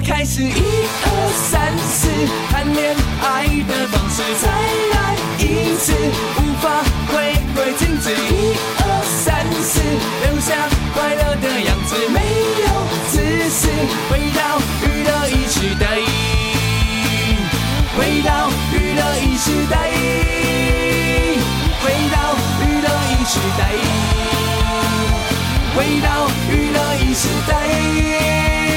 开始1、2、3、4，谈恋爱的方式再来一次，无法回归停止。1、2、3、4，留下快乐的样子，没有自私，回到娱乐1时代，回到娱乐1时代，回到娱乐1时代，回到娱乐1时代。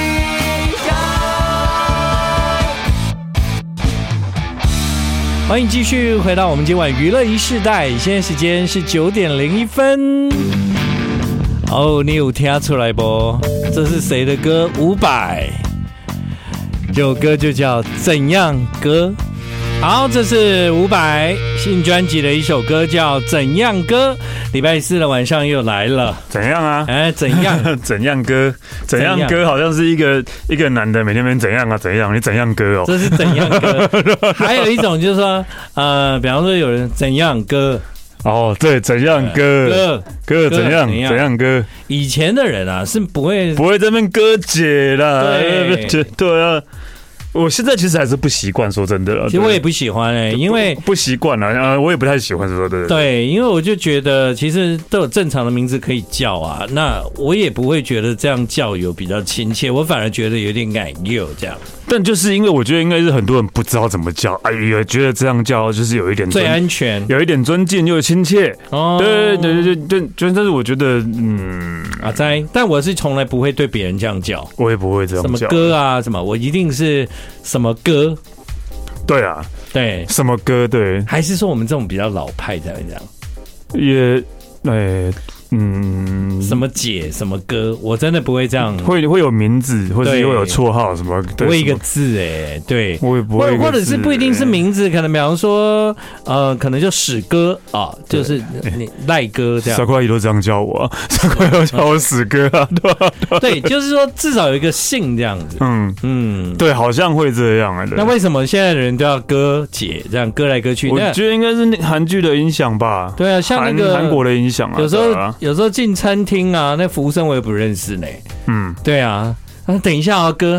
欢迎继续回到我们今晚娱乐1世代，现在时间是9点01分。哦，你有听出来不？这是谁的歌？500，这首歌就叫《怎样歌》。好，这是500新专辑的一首歌，叫《怎样歌》。礼拜4的晚上又来了， 怎样啊？ 哎，怎样？ 怎样歌？怎样歌？好像是一个男的每天怎样啊？怎样？你怎样歌哦？ 这是怎样歌？还有一种就是说，比方说有人怎样歌。 哦，对，怎样歌？歌怎样歌？ 以前的人啊，是不会这边歌解啦，对啊。我现在其实还是不习惯，说真的。 其实我也不喜欢因为不习惯了，我也不太喜欢说的。 对，因为我就觉得其实都有正常的名字可以叫啊，那我也不会觉得这样叫有比较亲切，我反而觉得有点奶油这样。 但就是因为我觉得应该是很多人不知道怎么叫，也觉得这样叫就是有一点最安全， 有一点尊敬又亲切。哦，对，但是我觉得， 阿哉，但我是从来不会对别人这样叫， 我也不会这样叫。 什么歌啊，什么，我一定是什么歌。 对啊， 对， 什么歌？对， 还是说我们这种比较老派才会这样？ 也， 什么姐什么歌，我真的不会这样。 会有名字，或者会有绰号什么？ 不会一个字对， 我也不会， 或者是不一定是名字，可能比方说可能就史哥啊，就是你赖哥这样。 傻瓜也都这样叫我，傻瓜都叫我史哥啊，对吧？ 对，就是说至少有一个姓这样子。 对，好像会这样那为什么现在的人都要哥姐这样哥来哥去？ 我觉得应该是韩剧的影响吧。 对啊，像那个韩国的影响啊， 有时候进餐厅啊，那服务生我也不认识呢。对啊，等一下啊，哥。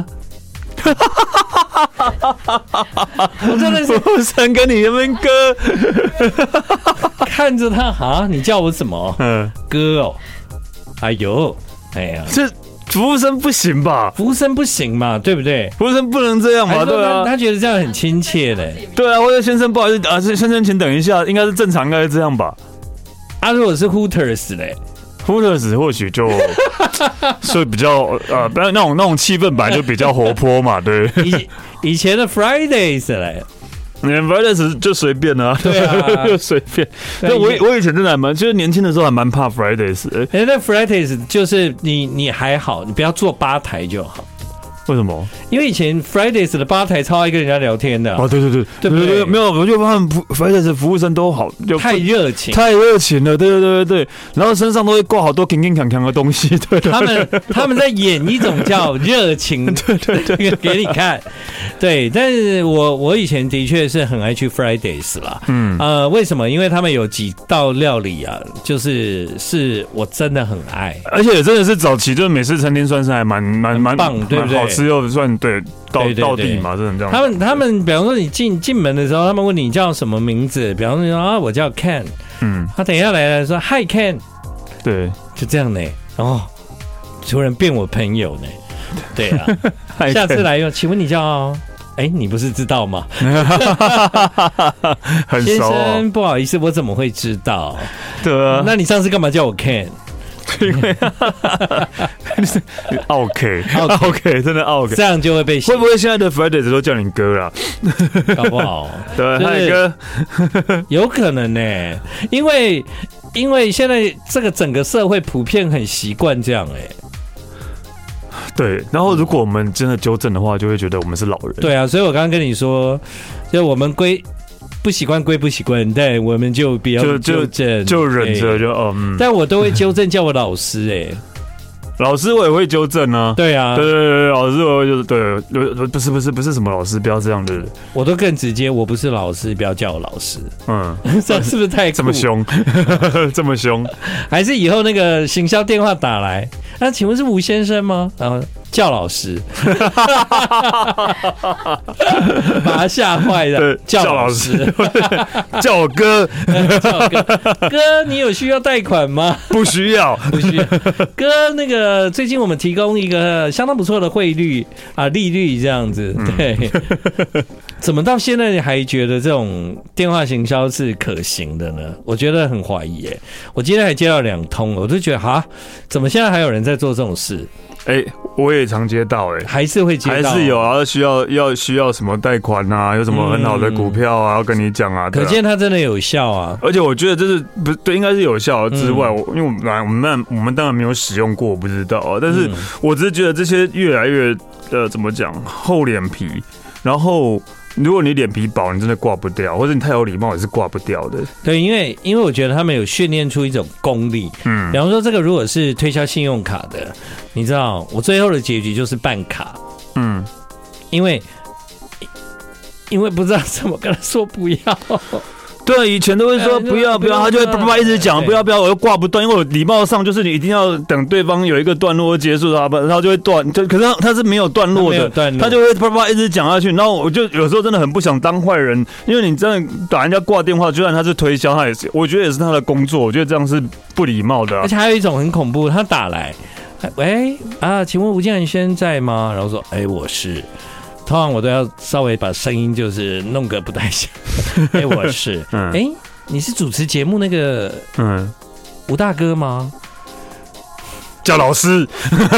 我真的是服务生跟你那边哥， 看着他哈，你叫我什么？哥哦。哎呦，哎呀， 这服务生不行吧？ 服务生不行嘛，对不对？ 服务生不能这样嘛，对啊。 他觉得这样很亲切的。 对啊，或者先生不好意思啊，先生请等一下，应该是正常，应该是这样吧？ 如果是 Hooters 嘞 ，Hooters 或许就所以比较那种气氛本来就比较活泼嘛，对。 以前的 Fridays 嘞。 Fridays 就随便啊，对啊，就随便。那我以前真的就是年轻的时候还蛮怕 Fridays。 那 Fridays 就是你还好，你不要坐吧台就好。 为什么？ 因为以前 Fridays 的吧台超爱跟人家聊天的。 对，没有，我就发现 Fridays 的服务生都好， 太热情了，对，然后身上都会挂好多铿铿锵锵的东西，对。 他们在演一种叫热情，对，给你看，对。但是我以前的确是很爱去 Fridays 啦，为什么？因为他们有几道料理啊，是我真的很爱， 而且真的是早期就是美式餐厅算是还蛮棒，对不对？ 好吃又算对到地嘛，这种这样。 他们，比方说你进门的时候，他们问你叫什么名字，比方说我叫 Ken，他等一下来了说 Hi Ken， 对，就这样呢，然后突然变我朋友呢，对啊，下次来请问你叫？你不是知道吗？ 很熟。 先生，不好意思，我怎么会知道？ 对啊， 那你上次干嘛叫我 Ken？ 因为OK，真的 OK， 这样就会被。 会不会现在的 Fridays 都叫你哥啦？ 搞不好， 对，嗨哥， 有可能呢，因为现在这个整个社会普遍很习惯这样对，然后如果我们真的纠正的话，就会觉得我们是老人。 对啊，所以我刚刚跟你说，就我们不习惯归不习惯，但我们就不要纠正， 就忍着就但我都会纠正，叫我老师老师我也会纠正啊。 对啊， 对，老师我会对，不是什么老师，不要这样的。 我都更直接，我不是老师，不要叫我老师。这样是不是太酷？ 这么凶？这么凶？ 还是以后那个行销电话打来，请问是吴先生吗？然后叫老师，把他吓坏了。叫老师， 叫我哥， 叫我哥。哥，你有需要贷款吗？ 不需要， 不需要。哥，那个最近我们提供一个相当不错的汇率啊，利率这样子。对，怎么到现在你还觉得这种电话行销是可行的呢？我觉得很怀疑耶。我今天还接到2通，我就觉得哈，怎么现在还有人在做这种事？ 我也常接到还是会接到， 还是有啊，需要什么贷款啊，有什么很好的股票啊，要跟你讲啊。 可见它真的有效啊！ 而且我觉得这是不对，应该是有效之外，因为我们当然没有使用过，我不知道啊。但是我只是觉得这些越来越怎么讲，厚脸皮，然后。如果你脸皮薄，你真的挂不掉，或者你太有礼貌也是挂不掉的。 对，因为我觉得他们有训练出一种功力。比方说这个如果是推销信用卡的，你知道，我最后的结局就是办卡。因为不知道怎么跟他说不要。 对，以前都会说不要，他就会叭叭一直讲不要，我又挂不断，因为我礼貌上就是你一定要等对方有一个段落结束，然后就会断，可是他是没有段落的，他就会叭叭一直讲下去，然后我就有时候真的很不想当坏人，因为你真的打人家挂电话，就算他是推销，他也是，我觉得也是他的工作，我觉得这样是不礼貌的。 而且还有一种很恐怖，他打来，喂啊，请问吴建仁先生在吗？然后说，我是。通常我都要稍微把声音就是弄个不太响。我是，你是主持节目那个吴大哥吗？ 叫老师，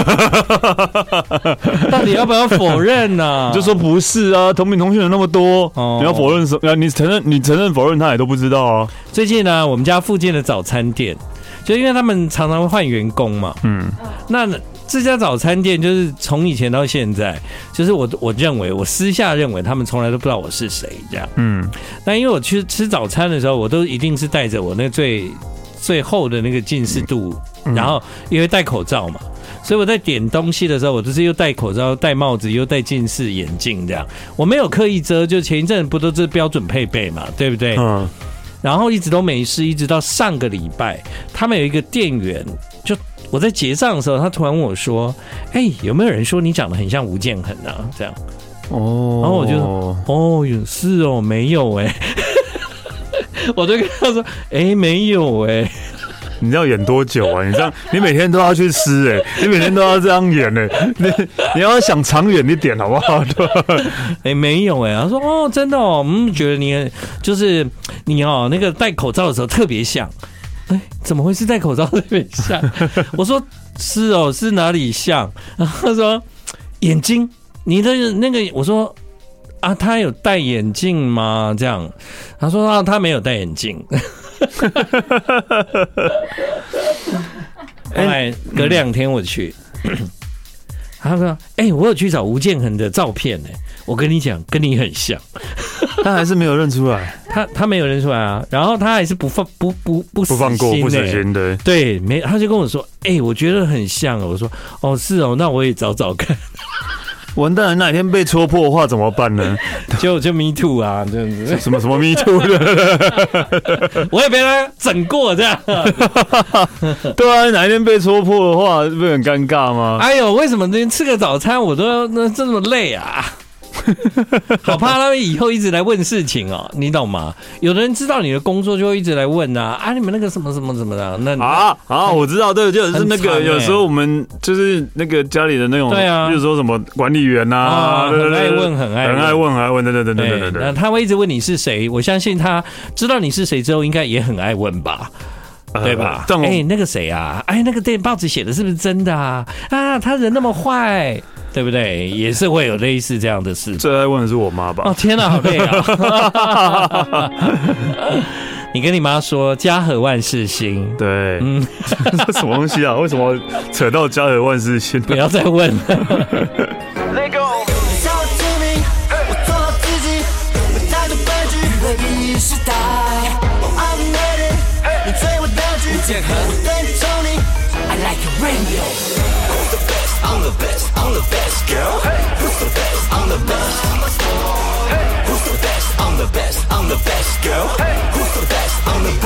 到底要不要否认呢？ 你就说不是啊，同名同姓的那么多，你要否认什么？你承认否认他也都不知道啊。 最近呢，我们家附近的早餐店，就因为他们常常会换员工嘛，那。这家早餐店就是从以前到现在，就是我私下认为他们从来都不知道我是谁这样。那因为我去吃早餐的时候，我都一定是带着我那最厚的那个近视度，然后因为戴口罩嘛，所以我在点东西的时候，我就是又戴口罩、戴帽子、又戴近视眼镜这样。我没有刻意遮，就前一阵不都是标准配备嘛，对不对？然后一直都没事，一直到上个礼拜，他们有一个店员就。我在结账的时候，他突然问我说：“有没有人说你长得很像吴建衡啊？”这样，然后我就是哦，没有我就跟他说：“没有你要演多久啊？你这样，你每天都要去吃你每天都要这样演你要想长远一点好不好？ 对，没有他说真的觉得你就是你那个戴口罩的时候特别像。怎么会是戴口罩特别像？我说是是哪里像？然后他说眼睛，你的那个，我说啊，他有戴眼镜吗？这样，他说他没有戴眼镜。后来隔2天我去，他说我有去找吴建衡的照片我跟你讲，跟你很像。 他还是没有认出来， 他没有认出来啊，然后他还是不放过，不死心的，对，他就跟我说，我觉得很像。我说，是那我也找找看。 完蛋了，哪天被戳破的话怎么办呢？ 就 me too 啊，这样子， 什么 me too 的， 我也被他整过这样。 对啊，哪一天被戳破的话，不是很尴尬吗？ 为什么今天吃个早餐我都要这么累啊？好怕他们以后一直来问事情你懂吗？有的人知道你的工作就会一直来问你们那个什么什么什么的，那我知道，对，就是那个有时候我们就是那个家里的那种，对啊，就是说什么管理员很爱问，很爱问，对。 那他会一直问你是谁，我相信他知道你是谁之后，应该也很爱问吧。对吧？那个谁啊？那个报纸写的是不是真的啊？他人那么坏，对不对？也是会有类似这样的事。 最爱问的是我妈吧？ 天哪，好累啊！你跟你妈说家和万事兴。 对，这什么东西啊？为什么扯到家和万事兴？ 不要再问了。 建衡，我对你宠溺 I like your radio. Who's the best? I'm the best. I'm the best, girl. Who's the best? I'm the best. Who's the best? I'm the best. I'm the best, girl. Who's the best? I'm the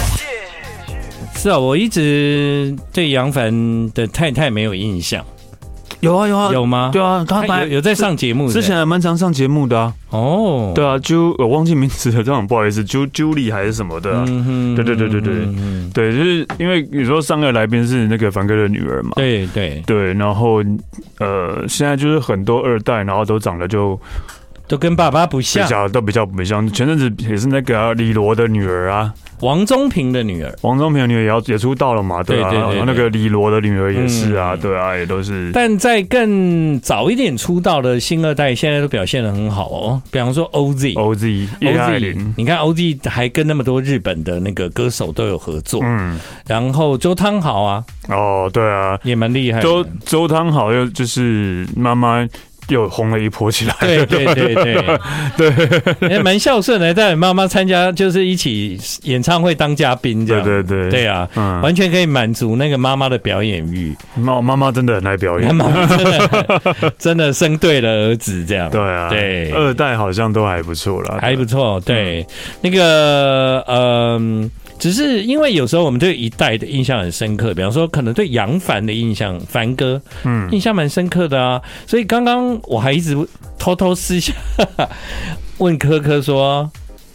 best. 是我一直对杨凡的太太没有印象。 有啊有啊有吗？ 对啊，他有在上节目， 之前还蛮常上节目的啊。哦，对啊，我忘记名字了，这样不好意思，Julie 还是什么的啊。对，就是因为有时候上个来宾是那个凡哥的女儿嘛。对，然后现在就是很多二代，然后都长得都跟爸爸不像， 比较不像。前阵子也是那个李罗的女儿啊。 王中平的女儿也出道了嘛，对啊，那个李罗的女儿也是啊，对啊，也都是。 但在更早一点出道的新二代，现在都表现得很好哦。比方说 OZ， 叶爱玲，你看 OZ 还跟那么多日本的那个歌手都有合作，然后周汤豪啊， 哦，对啊， 也蛮厉害。 周汤豪就是妈妈。又红了一波起来， 对，蛮孝顺的，带妈妈参加，就是一起演唱会当嘉宾这样，对啊，完全可以满足那个妈妈的表演欲。 妈妈真的很爱表演， 真的生对了儿子这样。 对啊，对，二代好像都还不错啦， 还不错。对，那个只是因为有时候我们对一代的印象很深刻，比方说可能对杨凡的印象，凡哥，印象蛮深刻的啊。所以刚刚我还一直偷偷私下问柯柯说：“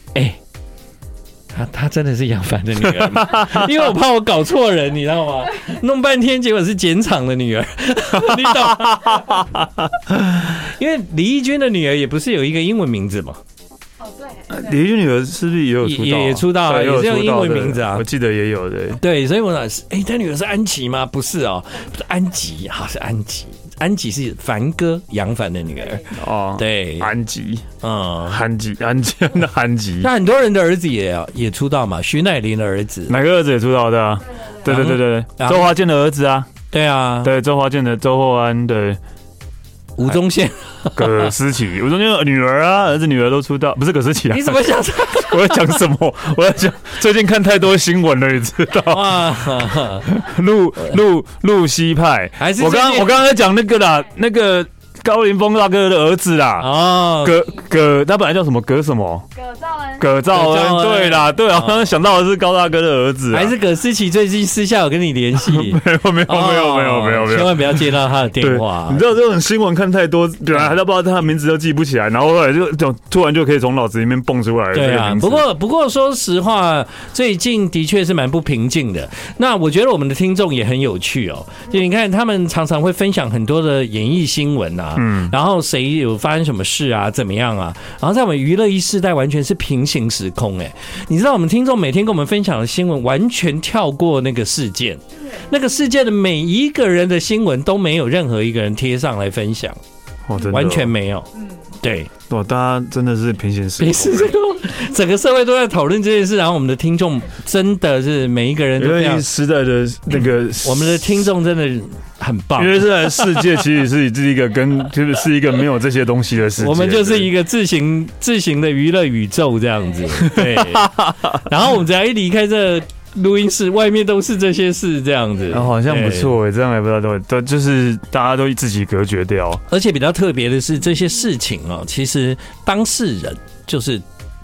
他真的是杨凡的女儿吗？因为我怕我搞错人，你知道吗？弄半天结果是简场的女儿，你懂？因为李翊君的女儿也不是有一个英文名字吗？” 李翊君女儿是不是也有出道？ 也出道，也是用英文名字啊。 我记得也有的。 对，所以我想，他女儿是安琪吗？不是哦，是安吉，好是安吉。安吉是凡哥杨凡的女儿哦。对， 安吉，安吉。那很多人的儿子也出道嘛，徐乃麟的儿子， 哪个儿子也出道的啊？对，周华健的儿子啊。 对啊， 对，周华健的周厚安，对。 吴宗宪、 葛思琪，吴宗宪的女儿啊，儿子女儿都出道，不是葛思琪啊？ 你怎么想？ 我在讲什么？我在讲最近看太多新闻了，你知道？露西派，还是我刚刚在讲那个啦，那个高凌风大哥的儿子啦。哦，他本来叫什么？葛什么？葛兆恩，对啦，对啊，刚刚想到的是高大哥的儿子， 还是葛思琪最近私下有跟你联系？ 没有， 千万不要接到他的电话。 你知道这种新闻看太多，本来还都不知道他的名字都记不起来，然后后来就突然就可以从脑子里面蹦出来。 对啊，不过说实话，最近的确是蛮不平静的。那我觉得我们的听众也很有趣哦，就你看他们常常会分享很多的演艺新闻啊，然后谁有发生什么事啊，怎么样啊，然后在我们娱乐一世代完全是平行时空你知道我们听众每天跟我们分享的新闻完全跳过那个事件，那个事件的每一个人的新闻都没有任何一个人贴上来分享，完全没有。对， 大家真的是平行时空，整个社会都在讨论这件事，然后我们的听众真的是每一个人都这样。 时代的那个， 我们的听众真的很棒。 因为现在世界其实是一个就是一个没有这些东西的世界， 我们就是一个自行的娱乐宇宙这样子。对，然后我们只要一离开这录音室，外面都是这些事，这样子， 好像不错这样也不知道都就是大家都自己隔绝掉。 而且比较特别的是，这些事情其实当事人就是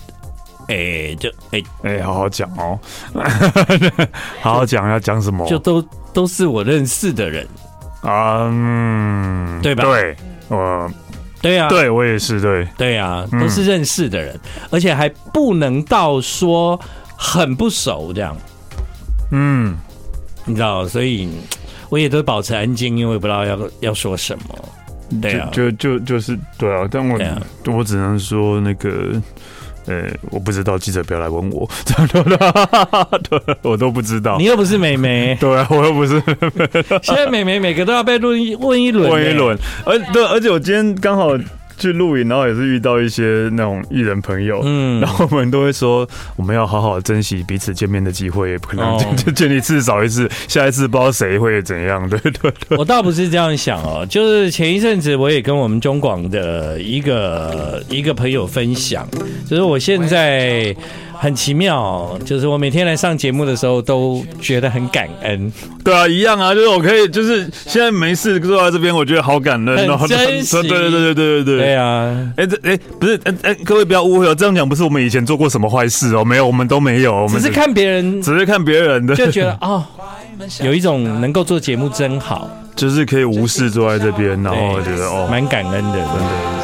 好好讲哦，好好讲要讲什么， 就都是我认识的人啊，对吧？ 对，对啊，对我也是， 对啊，都是认识的人，而且还不能到说很不熟这样。你知道，所以我也都保持安静，因为我不知道要说什么。对啊， 就是对啊，但我只能说那个，我不知道，记者不要来问我，对，我都不知道。 你又不是美眉， 对啊，我又不是。 现在美眉每个都要被问一轮， 而且我今天刚好去录影，然后也是遇到一些那种艺人朋友，然后我们都会说，我们要好好珍惜彼此见面的机会，也不可能就见一次少一次，下一次不知道谁会怎样，对。 我倒不是这样想就是前一阵子我也跟我们中广的一个朋友分享，就是我现在很奇妙，就是我每天来上节目的时候都觉得很感恩。 对啊，一样啊，就是我可以，就是现在没事坐在这边，我觉得好感恩， 很珍惜。 对。对啊，不是，各位不要误会这样讲不是我们以前做过什么坏事没有，我们都没有，我们只是看别人， 的，就觉得有一种能够做节目真好。 就是可以无视坐在这边，然后觉得哦， 蛮感恩的，真的。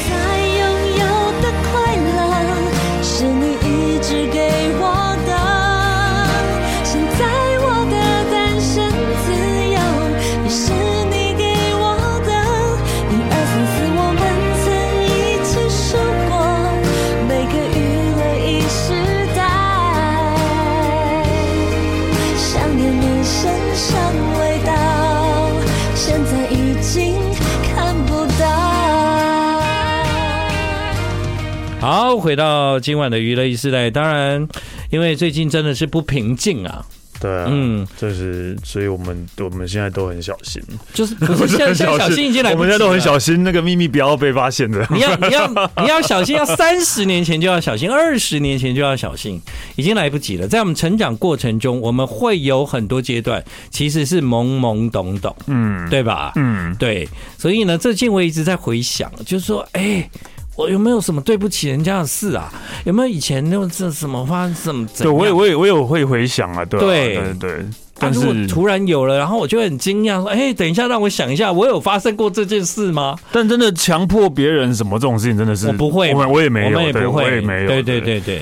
好，回到今晚的娱乐一世代，当然，因为最近真的是不平静啊。 对啊，就是所以我们现在都很小心， 就是不是现在小心已经来不及了， 我们现在都很小心，那个秘密不要被发现的。 你要小心，要30年前就要小心，20年前就要小心，已经来不及了。在我们成长过程中，我们会有很多阶段其实是懵懵懂懂，对吧？对，所以呢，最近我一直在回想，就是说，我有没有什么对不起人家的事啊？有没有以前那种什么发生什么？对， 我有会回想啊，对。 但是如果突然有了，然后我就很惊讶，说：“等一下，让我想一下，我有发生过这件事吗？” 但真的强迫别人什么这种事情，真的是我不会， 我也没有， 我也不会， 我也没有。 对，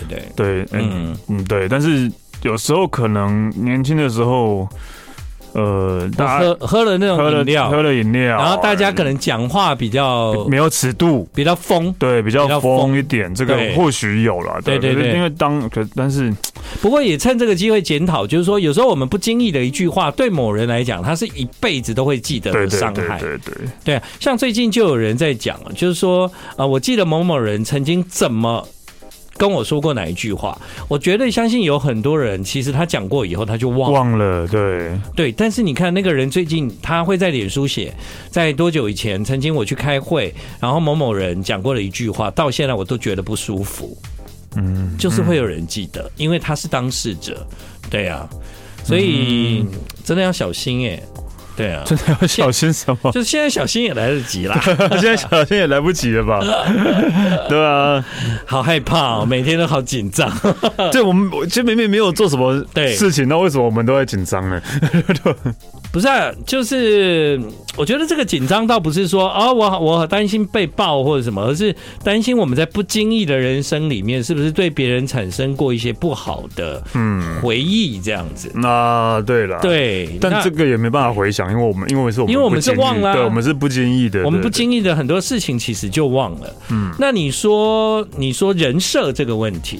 对。但是有时候可能年轻的时候。 大家喝了那种饮料， 喝了饮料， 然后大家可能讲话比较没有尺度， 比较疯， 对，比较疯一点，这个或许有了，对，因为但是不过也趁这个机会检讨，就是说有时候我们不经意的一句话，对某人来讲，他是一辈子都会记得的伤害，对，像最近就有人在讲，就是说我记得某某人曾经怎么跟我说过哪一句话，我绝对相信有很多人其实他讲过以后他就忘了，对。但是你看那个人最近他会在脸书写，在多久以前曾经我去开会，然后某某人讲过了一句话，到现在我都觉得不舒服，就是会有人记得，因为他是当事者，对啊，所以真的要小心对啊， 真的要小心什么？ 就是现在小心也来得及啦， 现在小心也来不及了吧？对啊， 好害怕每天都好紧张。 对，我们就明明没有做什么事情，那为什么我们都在紧张呢？ 不是啊，就是我觉得这个紧张倒不是说我担心被爆或者什么，而是担心我们在不经意的人生里面，是不是对别人产生过一些不好的回忆这样子。 那对了， 对， 但这个也没办法回想，因为我们是忘了，对，我们是不经意的， 我们不经意的很多事情其实就忘了。那你说人设这个问题，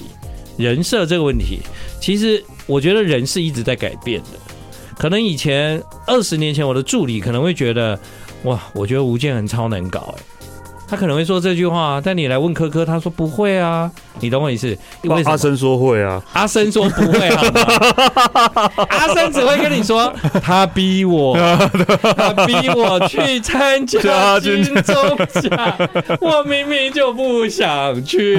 其实我觉得人是一直在改变的。可能以前20年前我的助理可能会觉得，哇，我觉得吴建衡超难搞他可能会说这句话，但你来问柯柯，他说不会啊，你懂我意思？ 阿生说会啊， 阿生说不会好吗？阿生只会跟你说，他逼我去参加金钟奖，我明明就不想去，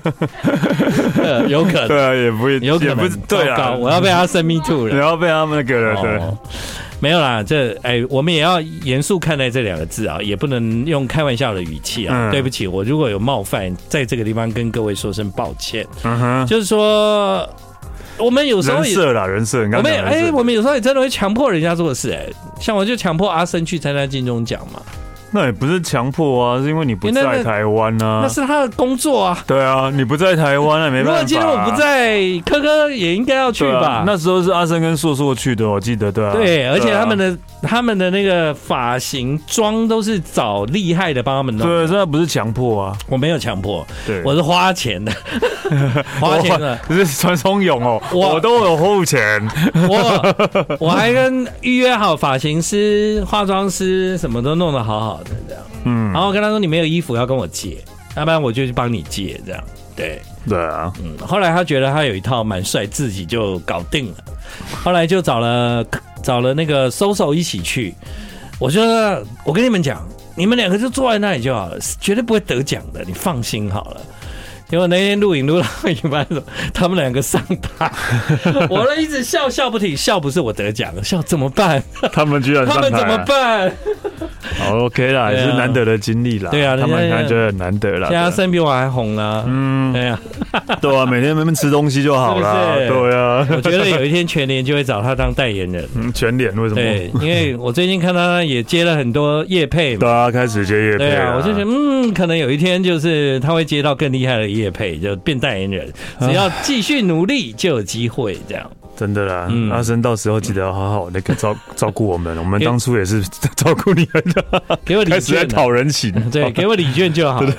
有可能， 对啊，也不有可能，对啊， 我要被阿生 me too 了， 你要被他们那个了，对。 没有啦，我们也要严肃看待这2个字啊，也不能用开玩笑的语气啊。对不起，我如果有冒犯，在这个地方跟各位说声抱歉。就是说，我们有时候也人设， 我们有时候也真的会强迫人家做的事像我就强迫阿生去参加金钟奖嘛。 那也不是强迫啊，是因为你不在台湾啊， 那是他的工作啊。 对啊，你不在台湾啊，没办法。 如果今天我不在，柯柯也应该要去吧？ 那时候是阿生跟硕硕去的，我记得，对啊。 对，而且他们的那个发型妆都是找厉害的帮他们弄。 对，这不是强迫啊， 我没有强迫， 对， 我是花钱的， 这是传送勇我都有付钱， 我还跟预约好发型师、化妆师，什么都弄得好好的这样。然后跟他说你没有衣服要跟我借，要不然我就去帮你借这样。对啊， 后来他觉得他有一套蛮帅，自己就搞定了。后来就找了那个SoSo一起去。我跟你们讲，你们2个就坐在那里就好了，绝对不会得奖的，你放心好了。结果那天录到一半的时候，他们2个上台，我一直笑不停，笑不是我得奖了，笑怎么办？ 他们居然上台， 他们怎么办？ 好 OK 啦，也是难得的经历啦。 对啊， 他们可能觉得很难得啦。 现在声比我还红啦。对啊， 对啊，每天慢慢吃东西就好了。对啊， 我觉得有一天全联就会找他当代言人。 全联为什么？ 对，因为我最近看他也接了很多业配嘛。 对啊，开始接业配。 对啊，我就觉得可能有一天就是他会接到更厉害的业配，就变代言人。只要继续努力，就有机会这样。 真的啦，阿生到时候记得要好好那个照顾我们，我们当初也是照顾你们的， 给我礼券， 开始在讨人情， 对，给我礼券就好。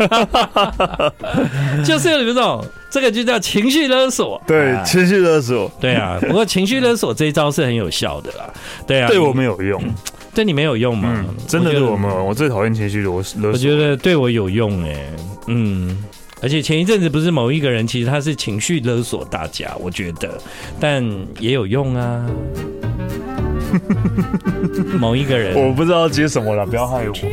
就是有一种，这个就叫情绪勒索， 对，情绪勒索， 对啊。不过情绪勒索这一招是很有效的啦，对啊， 对我没有用， 对你没有用吗？ 真的对我没有，我最讨厌情绪勒索。 我觉得对我有用而且前一阵子不是某一个人，其实他是情绪勒索大家，我觉得，但也有用啊。某一个人， 我不知道接什么了，不要害我。 漂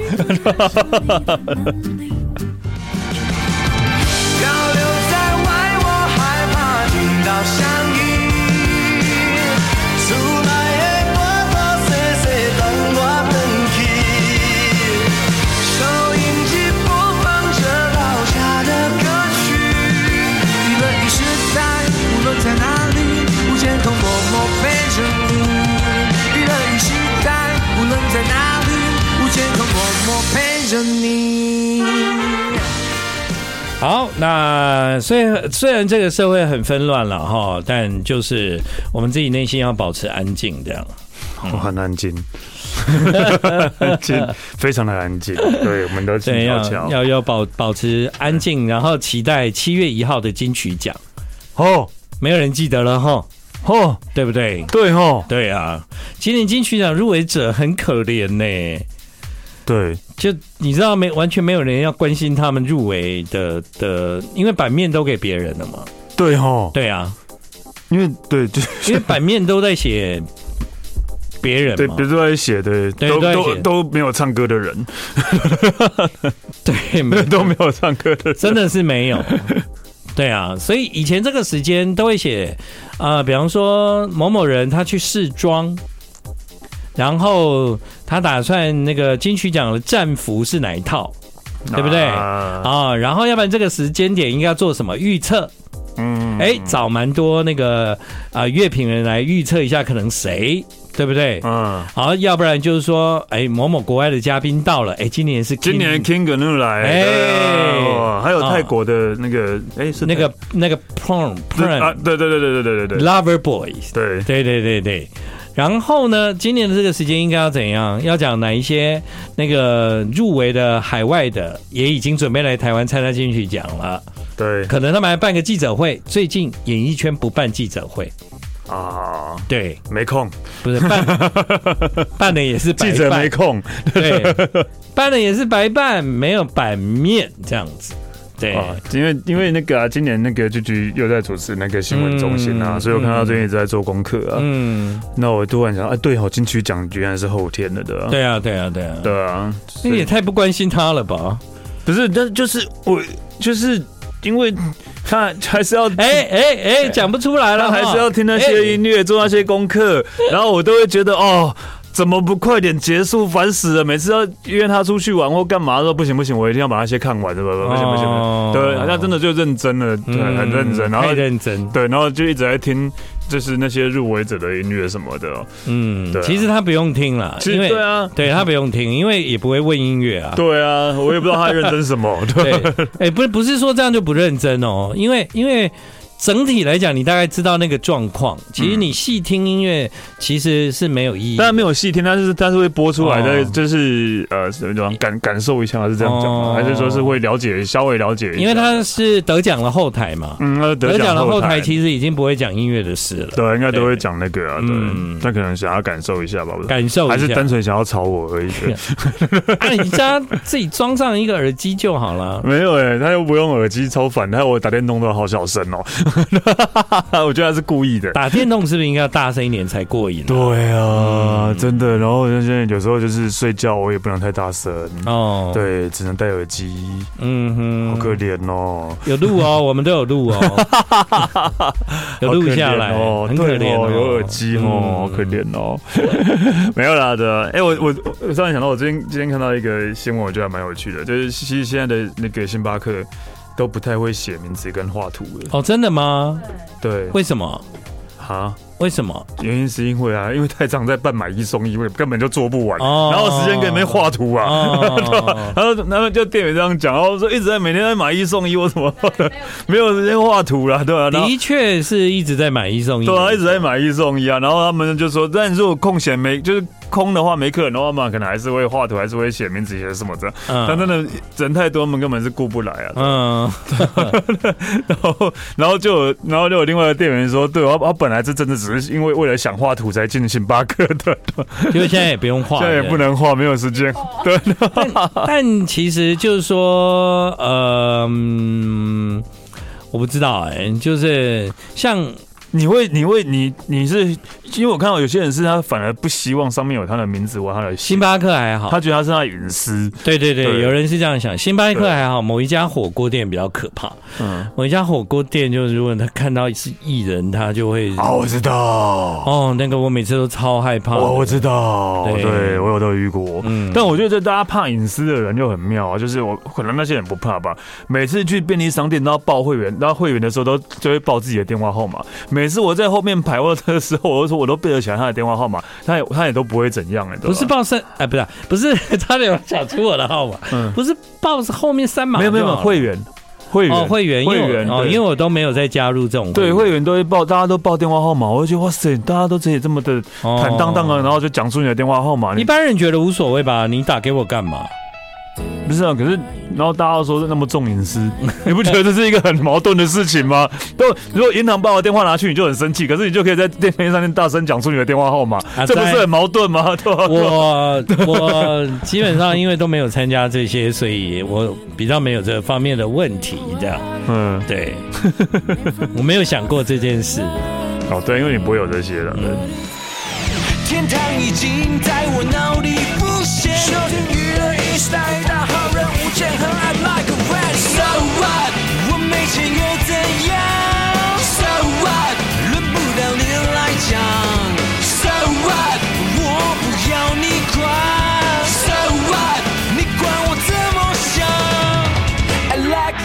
流在外，我害怕听到声音。厝内的大大小小等我回去，收音机播放着老家的歌曲。娱乐一时代，无论在哪里，无线通默默陪着你。娱乐一时代，无论在哪里，无线通默默陪着你。 好，那虽然这个社会很纷乱了哈，但就是我们自己内心要保持安静，这样。 我很安静，安静，非常的安静。对，我们都静悄悄， 要保持安静，然后期待7月1号的金曲奖。没有人记得了哈。对不对？ 对对啊，今年金曲奖入围者很可怜呢。 对， 就你知道完全没有人要关心他们入围的，因为版面都给别人了嘛。 对对啊， 因为版面都在写别人嘛， 对，别人都在写，对，都没有唱歌的人， 对， 都没有唱歌的人， 真的是没有。对啊，所以以前这个时间都会写比方说某某人他去试妆。然后他打算那个金曲奖的战服是哪一套，对不对？然后要不然这个时间点应该要做什么预测？找蛮多那个乐评人来预测一下可能谁，对不对？好，要不然就是说，某某国外的嘉宾到了，今年 King Gnu 来，还有泰国的那个，是那个 Prom 对 Lover Boys， 对。然后呢，今年的这个时间应该要怎样？要讲哪一些那个入围的海外的也已经准备来台湾参加金曲奖了。 对， 可能他们还办个记者会。最近演艺圈不办记者会对， 没空， 不是办的也是白办， 记者没空， 对，办的也是白办，没有版面这样子。对， 因为那个今年那个居又在主持那个新闻中心所以我看到最近一直在做功课那我突然想，对金曲奖居然是后天的，对啊， 对啊，那也太不关心他了吧？ 不是，但就是我就是因为他还是要讲不出来了， 他还是要听那些音乐，做那些功课，然后我都会觉得怎么不快点结束？烦死了！每次要约他出去玩或干嘛，说不行，我一定要把那些看完，不行，对，他真的就认真了，对，很认真，然后太认真， 对，然后就一直在听，就是那些入围者的音乐什么的，对， 其实他不用听啦，因为对他不用听，因为也不会问音乐啊， 对啊，我也不知道他认真什么， 对，不是说这样就不认真因为。整体来讲，你大概知道那个状况。其实你细听音乐其实是没有意义。 当然没有细听，但是会播出来的，就是感受一下，是这样讲吗？还是说是会稍微了解一下？ 因为他是得奖的后台嘛，得奖的后台其实已经不会讲音乐的事了。 对，应该都会讲那个对，他可能想要感受一下吧， 感受一下， 还是单纯想要吵我而已。 你家自己装上一个耳机就好了。 没有他又不用耳机，超烦，他我打电动都好小声我觉得他是故意的。 打电动是不是应该要大声一点才过瘾？ 对啊，真的。然后现在有时候就是睡觉，我也不能太大声哦。对，只能戴耳机。好可怜哦。 有录哦，我们都有录哦，有录下来哦，很可怜哦。 有耳机哦，好可怜哦。没有啦的。我突然想到，我今天看到一个新闻，我觉得还蛮有趣的，就是其实现在的那个星巴克都不太会写名字跟画图了。 哦，真的吗？ 对。为什么？ 为什么？ 原因是因为太常在办买一送一，根本就做不完，然后时间跟你们画图啊，然后就店员这样讲，然后说一直在每天在买一送一，我怎么没有时间画图啦，对吧？ 的确是一直在买一送一， 对啊，一直在买一送一啊，然后他们就说，但如果空闲就是空的话没客人的话嘛，可能还是会画图，还是会写名字写什么的，但真的人太多，他们根本是顾不来啊。然后就有另外一个店员说，对，他本来是真的只是因为了想画图才进星巴克的， 因为现在也不用画， 现在也不能画，没有时间。对， 但其实就是说，我不知道就是像。 你是因为我看到有些人是他反而不希望上面有他的名字或他的星巴克还好， 他觉得他是他的隐私。 对，有人是这样想。星巴克还好，某一家火锅店比较可怕。某一家火锅店就是如果他看到是艺人，他就会我知道那个我每次都超害怕。 我知道，对我都有遇过。但我觉得大家怕隐私的人就很妙啊，就是可能那些人不怕吧。每次去便利商店都要报会员，然后会员的时候就会报自己的电话号码。每次我在后面排位的时候，我都背得起来他的电话号码，他也都不会怎样不是报不是差点讲出我的号码，不是报后面3码， 没有会员， 因为我都没有再加入这种会员都会报，大家都报电话号码，我就觉得哇塞，大家都可以这么的坦荡荡的，然后就讲出你的电话号码。 一般人觉得无所谓吧，你打给我干嘛？ 不是啊，可是然后大家都说那么重隐私，你不觉得这是一个很矛盾的事情吗？如果银行把我电话拿去，你就很生气，可是你就可以在便利商店大声讲出你的电话号码，这不是很矛盾吗？对吧？ 我基本上因为都没有参加这些，所以我比较没有这方面的问题，这样。对，我没有想过这件事。 对，因为你不会有这些的。 天堂已经在我脑里浮现，收听娱乐一时代，大好人物见恨爱 like a red so what， 我没钱又怎样 so what， 轮不到你来讲 so what， 我不要你管 so what， 你管我怎么想 I like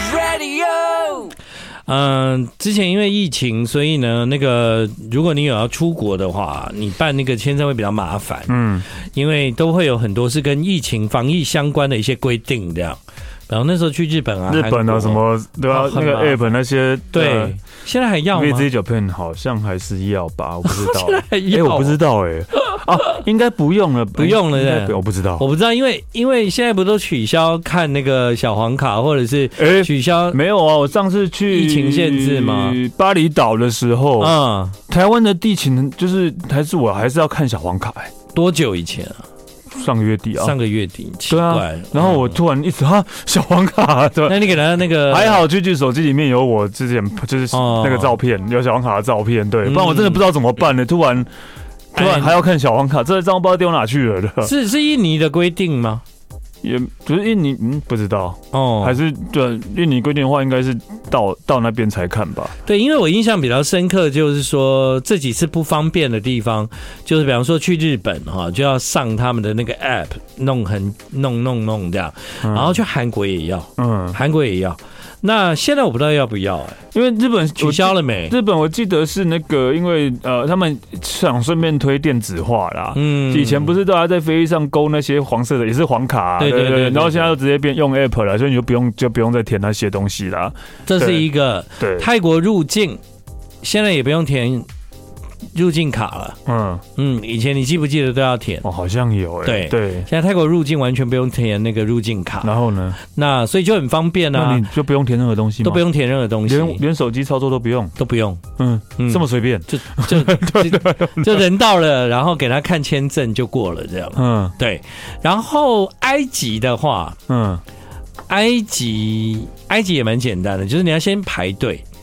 radio。 之前因为疫情，所以呢，如果你有要出国的话，你办那个签证会比较麻烦。因为都会有很多是跟疫情防疫相关的一些规定这样。然后那时候去日本啊， 什么对吧？那个 app 那些， 对，现在还要吗 ？VZ Japan 好像还是要吧，我不知道。 现在还要？ 我不知道应该不用了， 不用了， 我不知道， 因为现在不都取消看那个小黄卡，或者是取消？ 没有啊，我上次去疫情限制吗？ 巴厘岛的时候，台湾的地勤就是我还是要看小黄卡。 多久以前啊？ 上个月底， 奇怪。 然后我突然一直小黄卡，对， 那你给他那个还好，句手机里面有我之前就是那个照片，有小黄卡的照片，对，不然我真的不知道怎么办呢。突然还要看小黄卡，这张不知道丢哪去了的。 是印尼的规定吗？ 也就是印尼，不知道还是对印尼规定的话，应该是到那边才看吧。 对，因为我印象比较深刻，就是说这几次不方便的地方，就是比方说去日本就要上他们的那个 app 弄这样，然后去韩国也要，韩国也要。那现在我不知道要不要因为日本取消了没？ 日本我记得是那个，因为他们想顺便推电子化啦。以前不是都还在飞机上勾那些黄色的，也是黄卡，对，然后现在就直接变用 app 了，所以你就不用再填那些东西啦。 这是一个。 对， 泰国入境现在也不用填入境卡了。以前你记不记得都要填？ 好像有对。 现在泰国入境完全不用填那个入境卡。 然后呢？ 那所以就很方便啊。 那你就不用填任何东西吗？ 都不用填任何东西， 连手机操作都不用。这么随便？ 就人到了，然后给他看签证就过了这样。对。然后埃及的话，埃及也蛮简单的，就是你要先排队。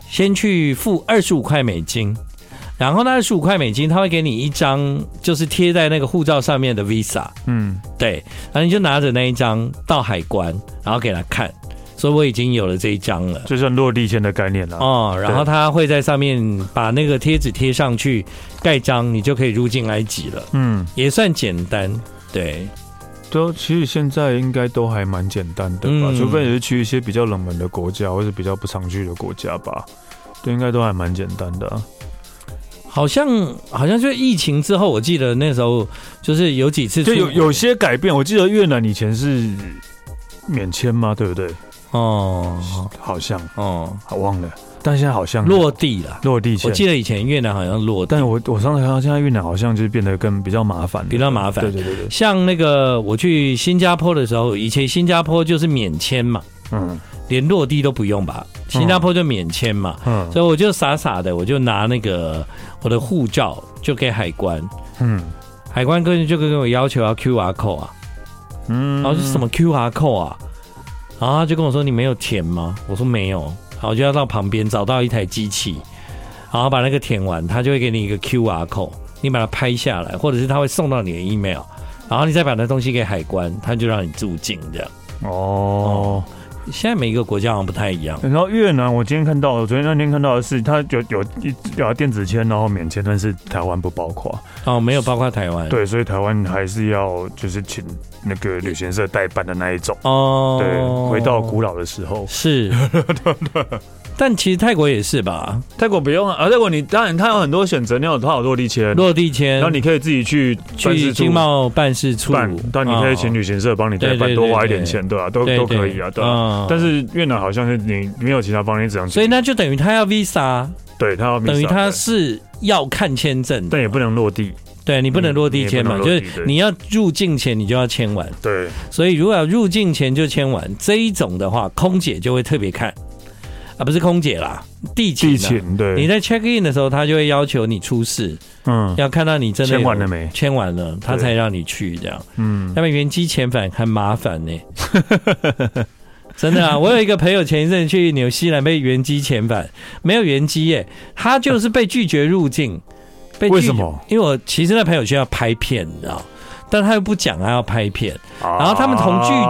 先去付25块美金，然后那25块美金他会给你一张就是贴在那个护照上面的 Visa， 对，然后你就拿着那一张到海关，然后给他看。所以我已经有了这一张了， 就像落地签的概念了哦。然后他会在上面把那个贴纸贴上去，盖章，你就可以入境埃及了。也算简单，对。 都其实现在应该都还蛮简单的吧，除非你是去一些比较冷门的国家，或是比较不常去的国家吧，对，应该都还蛮简单的啊。 好像就疫情之后，我记得那时候就是有几次就有些改变。我记得越南以前是免签吗？对不对？哦，好像哦，我忘了，但现在好像落地了， 落地签。 我记得以前越南好像落地， 但我上次看到现在越南好像就是变得比较麻烦， 比较麻烦。 对。 像那个我去新加坡的时候，以前新加坡就是免签嘛，连落地都不用吧，新加坡就免签嘛，所以我就傻傻的，我就拿那个我的护照就给海关，海关就跟我要求要 QR code 啊，然后是什么 QR code 啊？然后他就跟我说：“你没有填吗？”我说：“没有。”然后我就要到旁边找到一台机器，然后把那个填完，他就会给你一个 QR code， 你把它拍下来，或者是他会送到你的 email， 然后你再把那东西给海关，他就让你入境这样。哦，现在每一个国家好像不太一样。 然后越南，我昨天那天看到的是，他有电子签，然后免签，但是台湾不包括。 哦，没有包括台湾。 对，所以台湾还是要就是请那个旅行社代办的那一种。哦，对，回到古老的时候。 是。但其实泰国也是吧？ 泰国不用啊，泰国你当然它有很多选择，它有落地签，然后你可以自己去经贸办事处办， 但你可以请旅行社帮你代办，多花一点钱，对吧？都可以啊，对吧？但是越南好像是你没有其他方式，只能所以那就等于他要 Visa， 对，他要 Visa， 等于他是要看签证， 但也不能落地。 对，你不能落地签嘛，就是你要入境前你就要签完。 对， 所以如果要入境前就签完这一种的话，空姐就会特别看。啊，不是空姐啦，地勤。 对， 你在 check in 的时候，他就会要求你出示，要看到你真的签完了没？ 签完了，他才让你去这样。要不然原机遣返很麻烦呢。真的啊，我有一个朋友前一阵去纽西兰被原机遣返，没有原机耶，他就是被拒绝入境。 为什么？ 因为我其实那朋友需要拍片，你知道，但他又不讲他要拍片，然后他们同剧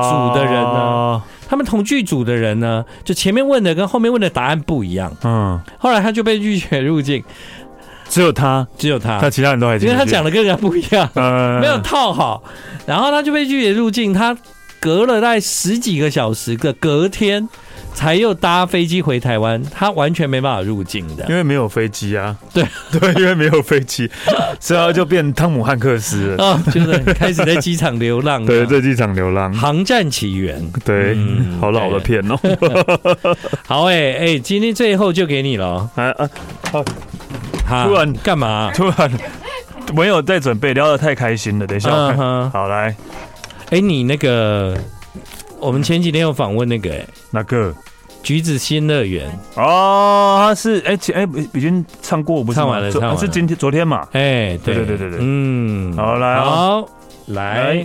组的人呢，就前面问的跟后面问的答案不一样。后来他就被拒绝入境， 只有他，他其他人都还进去， 因为他讲的跟人家不一样，没有套好，然后他就被拒绝入境，他隔了大概10几个小时的隔天才又搭飞机回台湾，他完全没办法入境的， 因为没有飞机啊。 对， 因为没有飞机，所以他就变汤姆汉克斯了。 就是开始在机场流浪。 对，在机场流浪， 航站起源。 对，好老的片哦。 好今天最后就给你了。 突然干嘛？ 突然没有在准备，聊得太开心了。等一下我看，好来。 你那个。我们前几天有访问那个哪个橘子新乐园哦，他是已经唱过，不是唱完了， 是昨天嘛？ 对， 好来， 好来。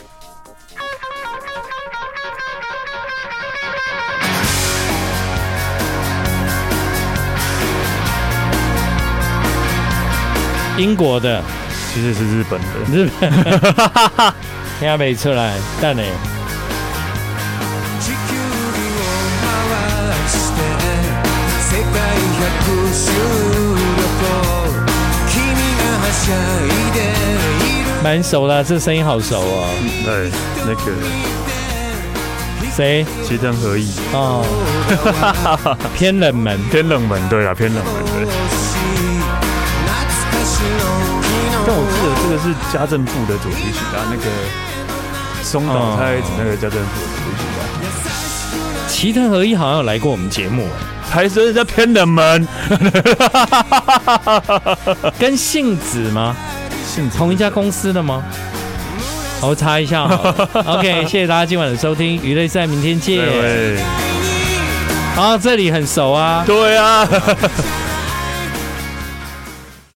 英国的， 其实是日本的， 听没出来，但呢。蛮熟的，这声音好熟哦。 对，那个谁？ 齐藤和义哦，偏冷门， 对啊，偏冷门对。但我记得这个是家政妇的主题曲啊，那个松岛菜子那个家政妇的主题曲啊。 齐藤和义好像有来过我们节目。 还是人家偏冷门， 跟杏子吗？同一家公司的吗？我查一下好了。OK， 谢谢大家今晚的收听，娱乐赛明天见。好，这里很熟啊。 对啊。